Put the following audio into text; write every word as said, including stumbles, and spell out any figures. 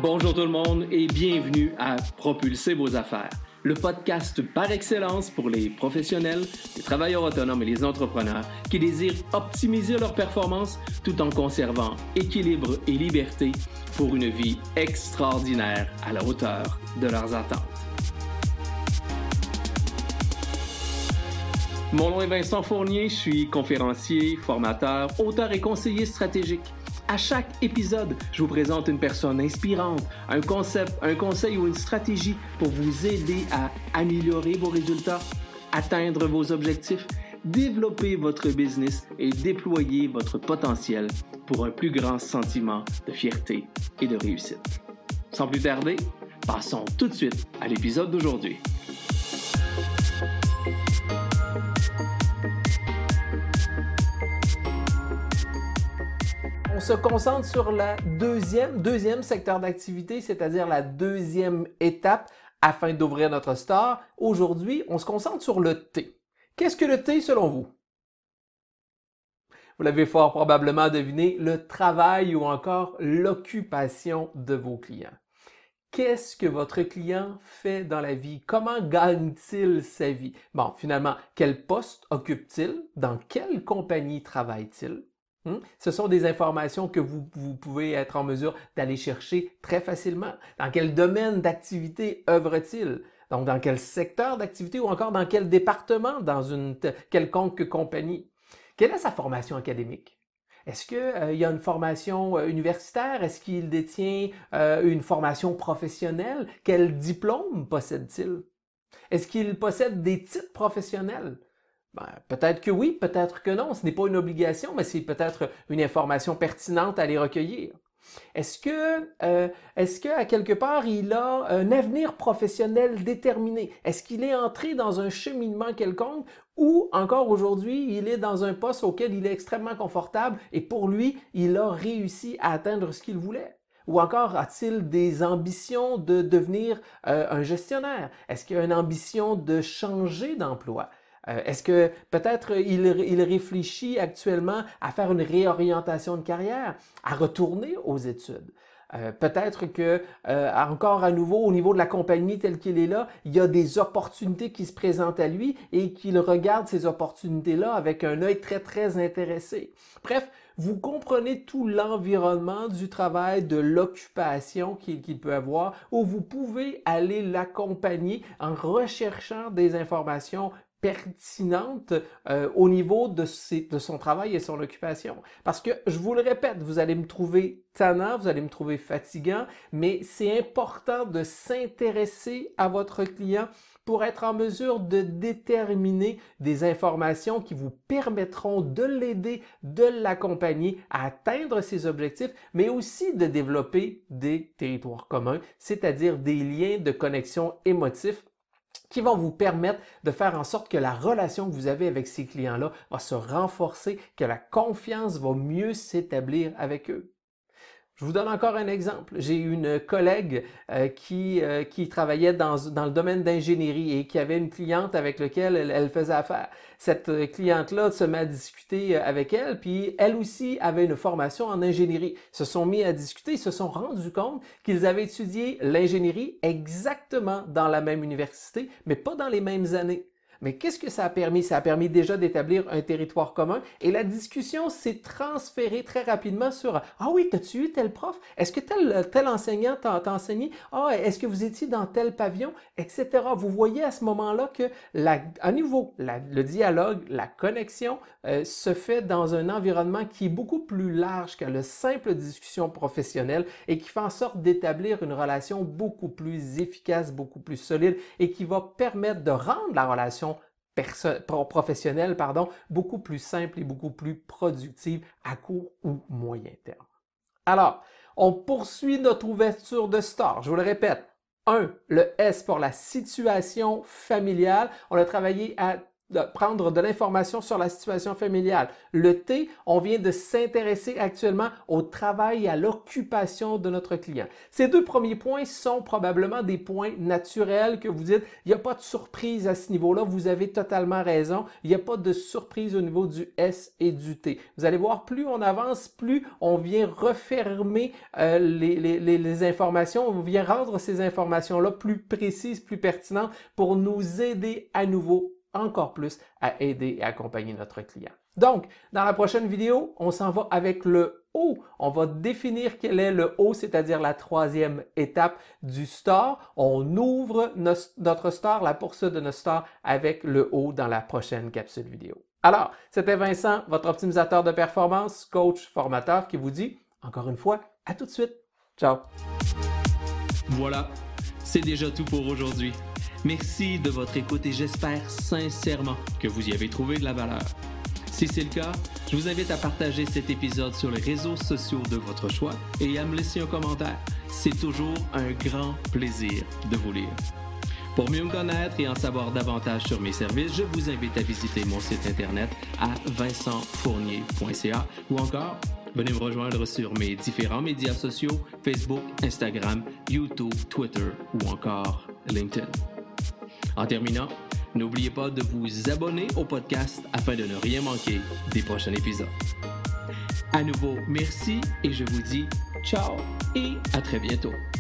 Bonjour tout le monde et bienvenue à Propulser vos affaires, le podcast par excellence pour les professionnels, les travailleurs autonomes et les entrepreneurs qui désirent optimiser leur performance tout en conservant équilibre et liberté pour une vie extraordinaire à la hauteur de leurs attentes. Mon nom est Vincent Fournier, je suis conférencier, formateur, auteur et conseiller stratégique. À chaque épisode, je vous présente une personne inspirante, un concept, un conseil ou une stratégie pour vous aider à améliorer vos résultats, atteindre vos objectifs, développer votre business et déployer votre potentiel pour un plus grand sentiment de fierté et de réussite. Sans plus tarder, passons tout de suite à l'épisode d'aujourd'hui. On se concentre sur le deuxième, deuxième secteur d'activité, c'est-à-dire la deuxième étape afin d'ouvrir notre store. Aujourd'hui, on se concentre sur le T. Qu'est-ce que le T selon vous? Vous l'avez fort probablement deviné, le travail ou encore l'occupation de vos clients. Qu'est-ce que votre client fait dans la vie? Comment gagne-t-il sa vie? Bon, finalement, quel poste occupe-t-il? Dans quelle compagnie travaille-t-il? Hmm? Ce sont des informations que vous, vous pouvez être en mesure d'aller chercher très facilement. Dans quel domaine d'activité œuvre-t-il? Donc, dans quel secteur d'activité ou encore dans quel département dans une quelconque compagnie? Quelle est sa formation académique? Est-ce qu'il euh, y a une formation euh, universitaire? Est-ce qu'il détient euh, une formation professionnelle? Quel diplôme possède-t-il? Est-ce qu'il possède des titres professionnels? Ben, peut-être que oui, peut-être que non. Ce n'est pas une obligation, mais c'est peut-être une information pertinente à les recueillir. Est-ce que, euh, est-ce qu'à quelque part, il a un avenir professionnel déterminé? Est-ce qu'il est entré dans un cheminement quelconque ou encore aujourd'hui, il est dans un poste auquel il est extrêmement confortable et pour lui, il a réussi à atteindre ce qu'il voulait? Ou encore, a-t-il des ambitions de devenir euh, un gestionnaire? Est-ce qu'il a une ambition de changer d'emploi? Euh, est-ce que peut-être il, il réfléchit actuellement à faire une réorientation de carrière, à retourner aux études? Euh, peut-être que euh, encore à nouveau au niveau de la compagnie telle qu'il est là, il y a des opportunités qui se présentent à lui et qu'il regarde ces opportunités-là avec un œil très très intéressé. Bref, vous comprenez tout l'environnement du travail, de l'occupation qu'il, qu'il peut avoir, où vous pouvez aller l'accompagner en recherchant des informations pertinente euh, au niveau de, ses, de son travail et son occupation. Parce que, je vous le répète, vous allez me trouver tannant, vous allez me trouver fatigant, mais c'est important de s'intéresser à votre client pour être en mesure de déterminer des informations qui vous permettront de l'aider, de l'accompagner à atteindre ses objectifs, mais aussi de développer des territoires communs, c'est-à-dire des liens de connexion émotifs qui vont vous permettre de faire en sorte que la relation que vous avez avec ces clients-là va se renforcer, que la confiance va mieux s'établir avec eux. Je vous donne encore un exemple. J'ai une collègue euh, qui, euh, qui travaillait dans, dans le domaine d'ingénierie et qui avait une cliente avec laquelle elle, elle faisait affaire. Cette cliente-là se met à discuter avec elle, puis elle aussi avait une formation en ingénierie. Ils se sont mis à discuter, ils se sont rendus compte qu'ils avaient étudié l'ingénierie exactement dans la même université, mais pas dans les mêmes années. Mais qu'est-ce que ça a permis? Ça a permis déjà d'établir un territoire commun et la discussion s'est transférée très rapidement sur « Ah oui, t'as-tu eu tel prof? Est-ce que tel, tel enseignant t'a, t'a enseigné? Ah, est-ce que vous étiez dans tel pavillon? » et cetera. Vous voyez à ce moment-là que, la, à nouveau, la, le dialogue, la connexion euh, se fait dans un environnement qui est beaucoup plus large que la simple discussion professionnelle et qui fait en sorte d'établir une relation beaucoup plus efficace, beaucoup plus solide et qui va permettre de rendre la relation Perso- professionnelle, pardon, beaucoup plus simple et beaucoup plus productive à court ou moyen terme. Alors, on poursuit notre ouverture de store. Je vous le répète. un. Le S pour la situation familiale. On a travaillé à de prendre de l'information sur la situation familiale. Le T, on vient de s'intéresser actuellement au travail et à l'occupation de notre client. Ces deux premiers points sont probablement des points naturels que vous dites, il n'y a pas de surprise à ce niveau-là, vous avez totalement raison, il n'y a pas de surprise au niveau du S et du T. Vous allez voir, plus on avance, plus on vient refermer euh, les, les, les, les informations, on vient rendre ces informations-là plus précises, plus pertinentes pour nous aider à nouveau encore plus à aider et accompagner notre client. Donc, dans la prochaine vidéo, on s'en va avec le O. On va définir quel est le O, c'est-à-dire la troisième étape du store. On ouvre nos, notre store, la poursuite de notre store avec le O dans la prochaine capsule vidéo. Alors, c'était Vincent, votre optimisateur de performance, coach, formateur, qui vous dit, encore une fois, à tout de suite. Ciao! Voilà, c'est déjà tout pour aujourd'hui. Merci de votre écoute et j'espère sincèrement que vous y avez trouvé de la valeur. Si c'est le cas, je vous invite à partager cet épisode sur les réseaux sociaux de votre choix et à me laisser un commentaire. C'est toujours un grand plaisir de vous lire. Pour mieux me connaître et en savoir davantage sur mes services, je vous invite à visiter mon site internet à vincent fournier point c a ou encore venez me rejoindre sur mes différents médias sociaux, Facebook, Instagram, YouTube, Twitter ou encore LinkedIn. En terminant, n'oubliez pas de vous abonner au podcast afin de ne rien manquer des prochains épisodes. À nouveau, merci et je vous dis ciao et à très bientôt.